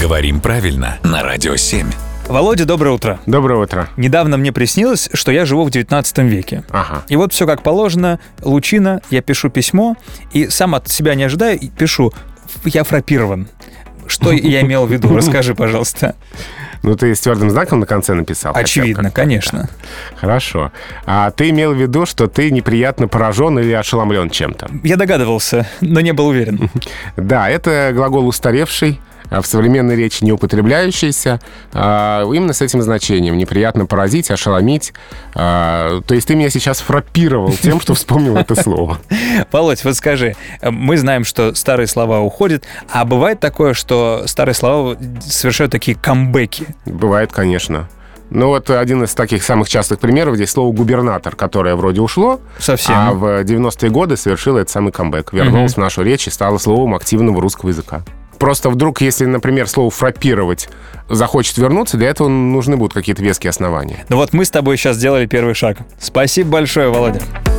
Говорим правильно на Радио 7. Володя, доброе утро. Доброе утро. Недавно мне приснилось, что я живу в 19 веке. Ага. И вот все как положено. Лучина, я пишу письмо, и сам от себя не ожидаю, и пишу: я фрапирован. Что я имел в виду? Расскажи, пожалуйста. Ну, ты с твердым знаком на конце написал? Очевидно, конечно. Хорошо. А ты имел в виду, что ты неприятно поражен или ошеломлен чем-то? Я догадывался, но не был уверен. Да, это глагол устаревший, в современной речи не употребляющийся, именно с этим значением. Неприятно поразить, ошеломить. То есть ты меня сейчас фрапировал тем, что вспомнил это слово. Володь, вот скажи, мы знаем, что старые слова уходят, а бывает такое, что старые слова совершают такие камбэки? Бывает, конечно. Ну вот один из таких самых частых примеров здесь слово «губернатор», которое вроде ушло, Совсем. а в 90-е годы совершило этот самый камбэк. Вернулось в нашу речь и стало словом активного русского языка. Просто вдруг, если, например, слово «фрапировать» захочет вернуться, для этого нужны будут какие-то веские основания. Ну вот мы с тобой сейчас сделали первый шаг. Спасибо большое, Володя.